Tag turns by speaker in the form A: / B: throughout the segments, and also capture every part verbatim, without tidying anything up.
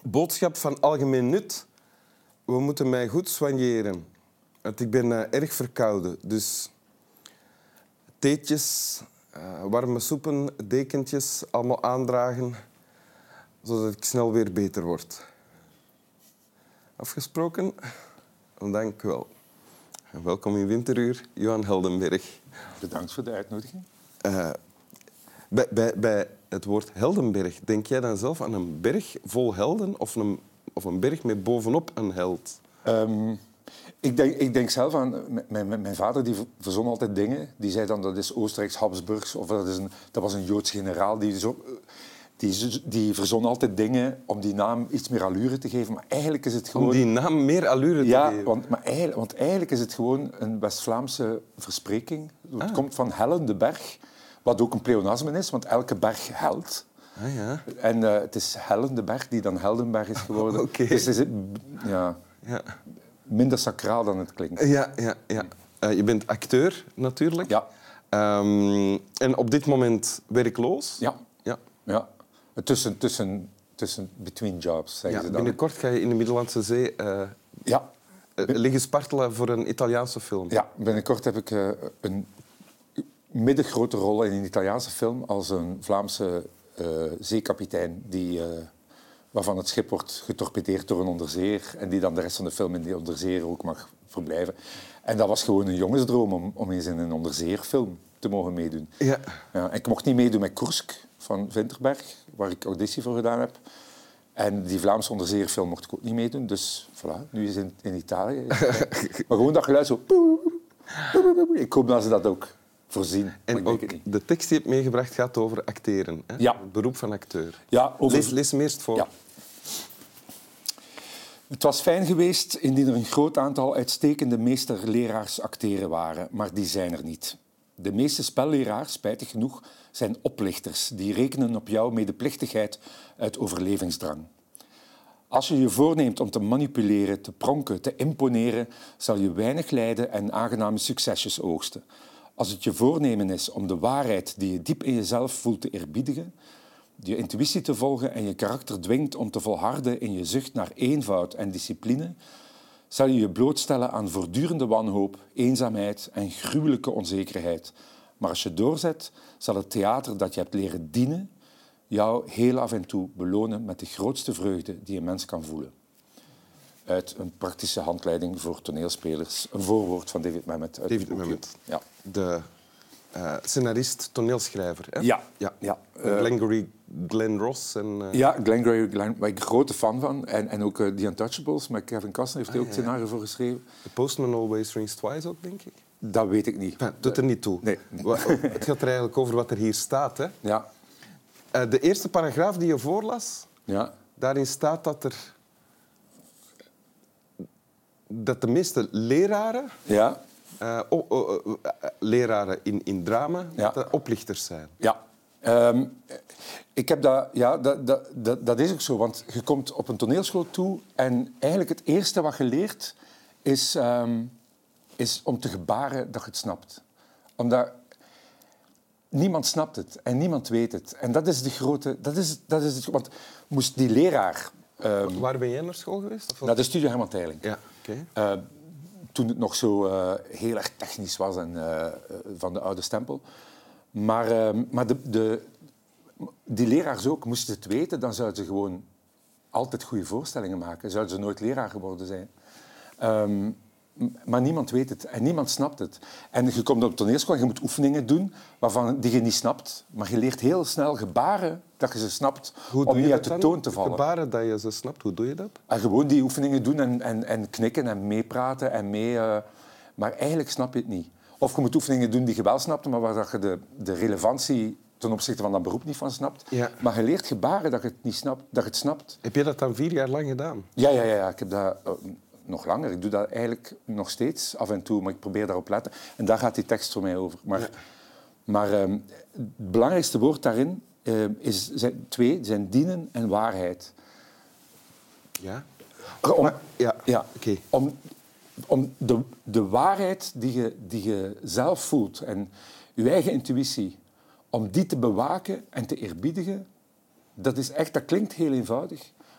A: Boodschap van algemeen nut. We moeten mij goed soigneren. Want ik ben uh, erg verkouden. Dus theetjes, uh, warme soepen, dekentjes, allemaal aandragen. Zodat ik snel weer beter word. Afgesproken? Dank u wel. En welkom in Winteruur, Johan Heldenberg.
B: Bedankt voor de uitnodiging.
A: Uh, bij, bij, bij het woord Heldenberg, denk jij dan zelf aan een berg vol helden of een, of een berg met bovenop een held?
B: Um, ik, denk, ik denk zelf aan... Mijn, mijn, mijn vader die verzon altijd dingen. Die zei dan dat is Oostenrijks-Habsburgs of dat, is een, dat was een Joods generaal. Die, zo, die, die verzon altijd dingen om die naam iets meer allure te geven. Maar eigenlijk is het gewoon...
A: Om die naam meer allure te
B: ja,
A: geven?
B: Want, maar eigenlijk, want eigenlijk is het gewoon een West-Vlaamse verspreking. Het
A: ah.
B: komt van Hellen, de berg. Wat ook een pleonasme is, want elke berg helt.
A: Ah, ja.
B: En uh, het is Hellen, de berg, die dan Heldenberg is geworden.
A: Okay.
B: Dus is het ja,
A: ja.
B: minder sacraal dan het klinkt.
A: Ja, ja, ja. Uh, je bent acteur, natuurlijk.
B: Ja.
A: Um, en op dit moment werkloos?
B: Ja.
A: ja.
B: ja. Tussen, tussen, tussen between jobs, zeggen
A: ja,
B: ze dan.
A: Binnenkort ga je in de Middellandse Zee uh,
B: ja.
A: uh, liggen spartelen voor een Italiaanse film.
B: Ja, binnenkort heb ik uh, een middengrote rol in een Italiaanse film als een Vlaamse uh, zeekapitein die, uh, waarvan het schip wordt getorpedeerd door een onderzeeër en die dan de rest van de film in die onderzeeër ook mag verblijven. En dat was gewoon een jongensdroom om, om eens in een onderzeeërfilm te mogen meedoen.
A: Ja.
B: Ja, en ik mocht niet meedoen met Kursk van Vinterberg, waar ik auditie voor gedaan heb. En die Vlaamse onderzeeërfilm mocht ik ook niet meedoen. Dus voilà, nu is het in, in Italië. Maar gewoon dat geluid zo... Ik hoop dat ze dat ook voorzien.
A: En ook de tekst die je hebt meegebracht gaat over acteren. Hè?
B: Ja.
A: Het beroep van acteur.
B: Ja, over...
A: lees, lees hem eerst voor.
B: Ja. Het was fijn geweest indien er een groot aantal uitstekende meesterleraars acteren waren, maar die zijn er niet. De meeste spelleraars, spijtig genoeg, zijn oplichters die rekenen op jouw medeplichtigheid uit overlevingsdrang. Als je je voorneemt om te manipuleren, te pronken, te imponeren, zal je weinig lijden en aangename succesjes oogsten. Als het je voornemen is om de waarheid die je diep in jezelf voelt te eerbiedigen, je intuïtie te volgen en je karakter dwingt om te volharden in je zucht naar eenvoud en discipline, zal je je blootstellen aan voortdurende wanhoop, eenzaamheid en gruwelijke onzekerheid. Maar als je doorzet, zal het theater dat je hebt leren dienen jou heel af en toe belonen met de grootste vreugde die een mens kan voelen. Uit een praktische handleiding voor toneelspelers. Een voorwoord van David Mamet. Uit
A: David Mamet.
B: Ja.
A: De uh, scenarist, toneelschrijver. Hè?
B: Ja.
A: ja.
B: ja.
A: Uh, Glengarry Glen Ross. En, uh...
B: Ja, Glengarry Glen, waar ik een grote fan van. En, en ook uh, The Untouchables, met Kevin Costner heeft hij ah, ook het ja. scenario voor geschreven.
A: The Postman Always Rings Twice ook, denk ik.
B: Dat weet ik niet.
A: Enfin, doet er niet toe.
B: Nee.
A: Het gaat er eigenlijk over wat er hier staat. Hè?
B: Ja.
A: Uh, de eerste paragraaf die je voorlas,
B: ja.
A: daarin staat dat er... dat de meeste leraren...
B: Ja.
A: Uh, oh, oh, uh, leraren in, in drama,
B: ja.
A: dat oplichters zijn.
B: Ja. Um, ik heb dat, ja, dat, dat, dat, dat is ook zo. Want je komt op een toneelschool toe en eigenlijk het eerste wat je leert is, um, is om te gebaren dat je het snapt. Omdat niemand snapt het en niemand weet het. En dat is de grote... Dat is, dat is het, want moest die leraar... Um,
A: Waar ben jij naar school geweest? Of
B: naar de Studio Herman Teiling.
A: Ja, oké.
B: Okay. Uh, toen het nog zo uh, heel erg technisch was en, uh, van de oude stempel. Maar, uh, maar de, de, die leraars ook, moesten het weten, dan zouden ze gewoon altijd goede voorstellingen maken. Zouden ze nooit leraar geworden zijn. Um, maar niemand weet het en niemand snapt het. En je komt op toneelschool en je moet oefeningen doen waarvan die je niet snapt. Maar je leert heel snel gebaren dat je ze snapt
A: hoe
B: om niet uit de toon te vallen.
A: Gebaren dat je ze snapt, hoe doe je dat?
B: En gewoon die oefeningen doen en, en, en knikken en meepraten. En mee, uh, maar eigenlijk snap je het niet. Of je moet oefeningen doen die je wel snapt, maar waar je de, de relevantie ten opzichte van dat beroep niet van snapt.
A: Ja.
B: Maar je leert gebaren dat je het niet snapt. Dat je het snapt.
A: Heb je dat dan vier jaar lang gedaan?
B: Ja, ja, ja, ja. Ik heb dat... Uh, nog langer. Ik doe dat eigenlijk nog steeds af en toe, maar ik probeer daarop te letten. En daar gaat die tekst voor mij over. Maar, ja. maar um, het belangrijkste woord daarin uh, is, zijn twee, zijn dienen en waarheid.
A: Ja?
B: Om,
A: maar, ja,
B: ja
A: okay.
B: om, om de, de waarheid die je, die je zelf voelt en je eigen intuïtie, om die te bewaken en te eerbiedigen, dat is echt, dat klinkt heel eenvoudig,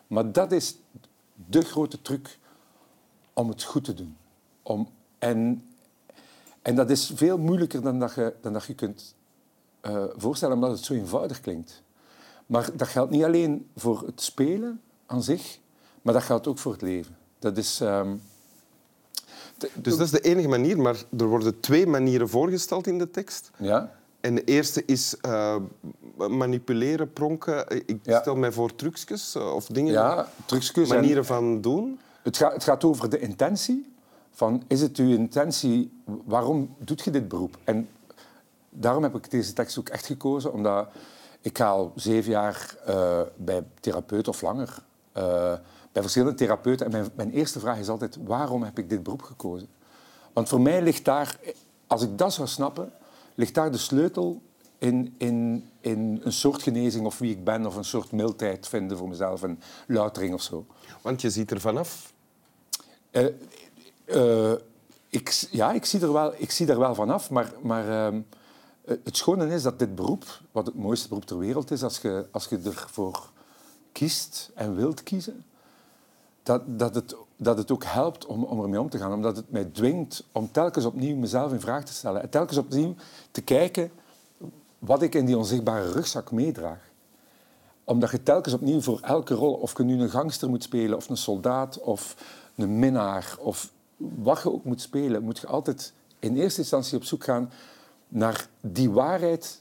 B: Maar dat is de grote truc om het goed te doen. Om, en, en dat is veel moeilijker dan dat je, dan dat je kunt uh, voorstellen, omdat het zo eenvoudig klinkt. Maar dat geldt niet alleen voor het spelen aan zich, maar dat geldt ook voor het leven. Dat is... Um,
A: de, dus dat is de enige manier, maar er worden twee manieren voorgesteld in de tekst.
B: Ja.
A: En de eerste is uh, manipuleren, pronken. Ik ja. stel mij voor trucjes of dingen,
B: ja, trucjes
A: manieren
B: en,
A: van doen.
B: Het gaat, het gaat over de intentie. Van, is het uw intentie, waarom doet je dit beroep? En daarom heb ik deze tekst ook echt gekozen, omdat ik ga al zeven jaar uh, bij therapeuten of langer, uh, bij verschillende therapeuten. En mijn, mijn eerste vraag is altijd, waarom heb ik dit beroep gekozen? Want voor mij ligt daar, als ik dat zou snappen, ligt daar de sleutel in, in, in een soort genezing of wie ik ben, of een soort mildheid vinden voor mezelf, een loutering of zo.
A: Want je ziet er vanaf.
B: Uh, uh, ik, ja, ik zie er wel, ik zie er wel vanaf, maar, maar uh, het schone is dat dit beroep, wat het mooiste beroep ter wereld is, als je, als je ervoor kiest en wilt kiezen, dat, dat, het, dat het ook helpt om, om ermee om te gaan. Omdat het mij dwingt om telkens opnieuw mezelf in vraag te stellen. En telkens opnieuw te kijken wat ik in die onzichtbare rugzak meedraag. Omdat je telkens opnieuw voor elke rol, of je nu een gangster moet spelen, of een soldaat, of een minnaar, of wat je ook moet spelen, moet je altijd in eerste instantie op zoek gaan naar die waarheid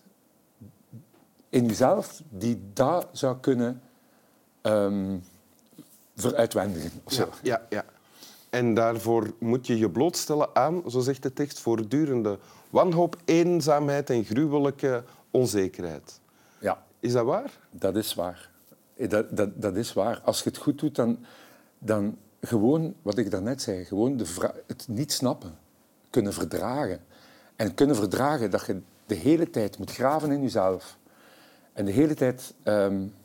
B: in jezelf die dat zou kunnen um, veruitwendigen.
A: Ja, ja, ja. En daarvoor moet je je blootstellen aan, zo zegt de tekst, voortdurende wanhoop, eenzaamheid en gruwelijke onzekerheid.
B: Ja.
A: Is dat waar?
B: Dat is waar. Dat, dat, dat is waar. Als je het goed doet, dan, dan gewoon, wat ik daarnet zei, gewoon de vra- het niet snappen, kunnen verdragen. En kunnen verdragen dat je de hele tijd moet graven in jezelf. En de hele tijd um,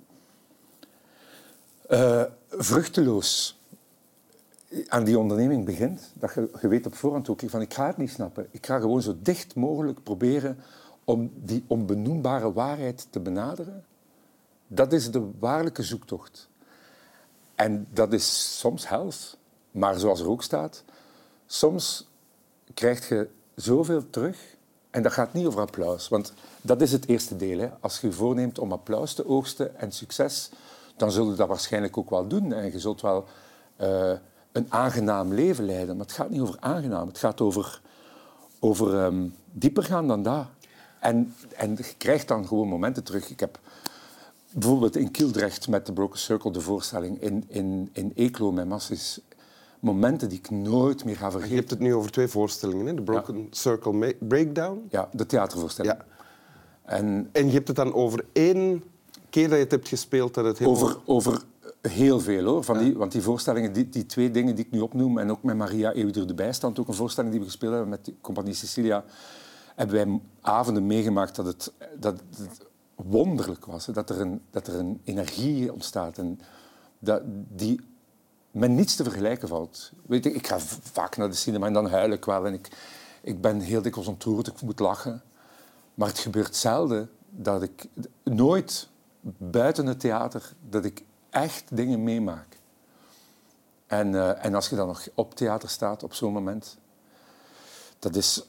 B: uh, vruchteloos aan die onderneming begint. Dat je, je weet op voorhand ook van, ik ga het niet snappen. Ik ga gewoon zo dicht mogelijk proberen om die onbenoembare waarheid te benaderen. Dat is de waarlijke zoektocht. En dat is soms hels. Maar zoals er ook staat, soms krijg je zoveel terug. En dat gaat niet over applaus. Want dat is het eerste deel. Hè. Als je je voorneemt om applaus te oogsten en succes, dan zul je dat waarschijnlijk ook wel doen. En je zult wel uh, een aangenaam leven leiden. Maar het gaat niet over aangenaam. Het gaat over, over um, dieper gaan dan dat. En, en je krijgt dan gewoon momenten terug. Ik heb bijvoorbeeld in Kildrecht met de Broken Circle de voorstelling, in, in, in Eeklo met Massis, momenten die ik nooit meer ga vergeten.
A: Je hebt het nu over twee voorstellingen, hè? De Broken ja. Circle Breakdown.
B: Ja, de theatervoorstelling.
A: Ja. En, en je hebt het dan over één keer dat je het hebt gespeeld dat het heel...
B: Over, over heel veel, hoor. Van die, want die voorstellingen, die, die twee dingen die ik nu opnoem, en ook met Maria Eeuwig door de Bijstand, ook een voorstelling die we gespeeld hebben met de Compagnie Sicilia, hebben wij avonden meegemaakt dat het, dat het wonderlijk was. Hè? Dat, er een, dat er een energie ontstaat en dat, die met niets te vergelijken valt. Weet je, ik ga vaak naar de cinema en dan huil ik wel. En ik, ik ben heel dikwijls ontroerd, ik moet lachen. Maar het gebeurt zelden dat ik... Nooit buiten het theater dat ik echt dingen meemaak. En, uh, en als je dan nog op theater staat op zo'n moment... Dat is...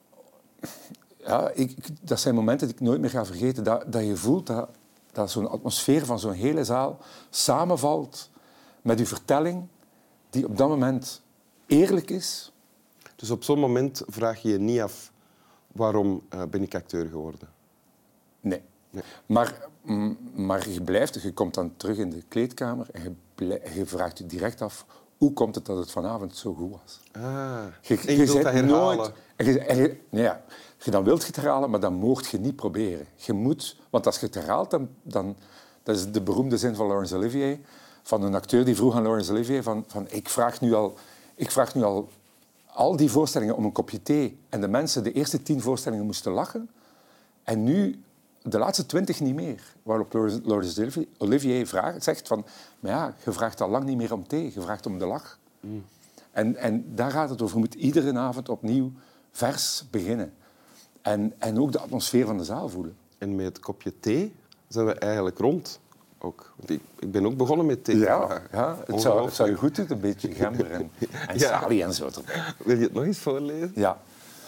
B: Ja, ik, dat zijn momenten die ik nooit meer ga vergeten. Dat, dat je voelt dat, dat zo'n atmosfeer van zo'n hele zaal samenvalt met je vertelling, die op dat moment eerlijk is.
A: Dus op zo'n moment vraag je je niet af, waarom uh, ben ik acteur geworden?
B: Nee. nee. Maar, m, maar je blijft, je komt dan terug in de kleedkamer en je, blijf, je vraagt je direct af, hoe komt het dat het vanavond zo goed was?
A: Ah,
B: je,
A: en je, je wilt dat herhalen.
B: Nooit, en je, en je, nee, ja, je dan wilt je het herhalen, maar dan moogt je niet proberen. Je moet, want als je het herhaalt, dan, dan... Dat is de beroemde zin van Laurence Olivier, van een acteur die vroeg aan Laurence Olivier van, van ik, vraag nu al, ik vraag nu al al die voorstellingen om een kopje thee. En de mensen de eerste tien voorstellingen moesten lachen. En nu de laatste twintig niet meer. Waarop Laurence Olivier vraagt, zegt van... Maar ja, je vraagt al lang niet meer om thee. Je vraagt om de lach. Mm. En, en daar gaat het over. Je moet iedere avond opnieuw vers beginnen. En, en ook de atmosfeer van de zaal voelen.
A: En met het kopje thee zijn we eigenlijk rond. ook. Want ik, ik ben ook begonnen met thee.
B: Ja, ja het, zou, het zou je goed doen, een beetje gember en, en
A: Ja.
B: salie en zo erbij.
A: Wil je het nog eens voorlezen?
B: Ja.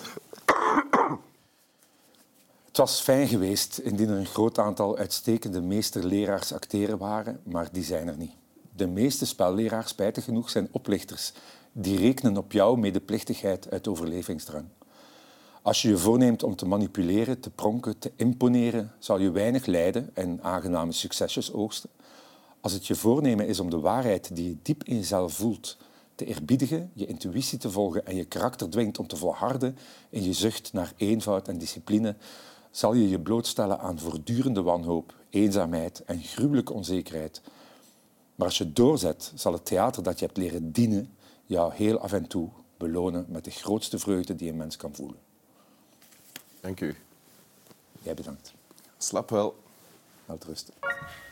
B: Het was fijn geweest indien er een groot aantal uitstekende meesterleraars acteren waren, maar die zijn er niet. De meeste spelleraars, spijtig genoeg, zijn oplichters. Die rekenen op jouw medeplichtigheid uit overlevingsdrang. Als je je voorneemt om te manipuleren, te pronken, te imponeren, zal je weinig lijden en aangename succesjes oogsten. Als het je voornemen is om de waarheid die je diep in jezelf voelt te eerbiedigen, je intuïtie te volgen en je karakter dwingt om te volharden in je zucht naar eenvoud en discipline, zal je je blootstellen aan voortdurende wanhoop, eenzaamheid en gruwelijke onzekerheid. Maar als je doorzet, zal het theater dat je hebt leren dienen jou heel af en toe belonen met de grootste vreugde die een mens kan voelen.
A: Dank u.
B: Jij bedankt.
A: Slap wel.
B: Welterusten.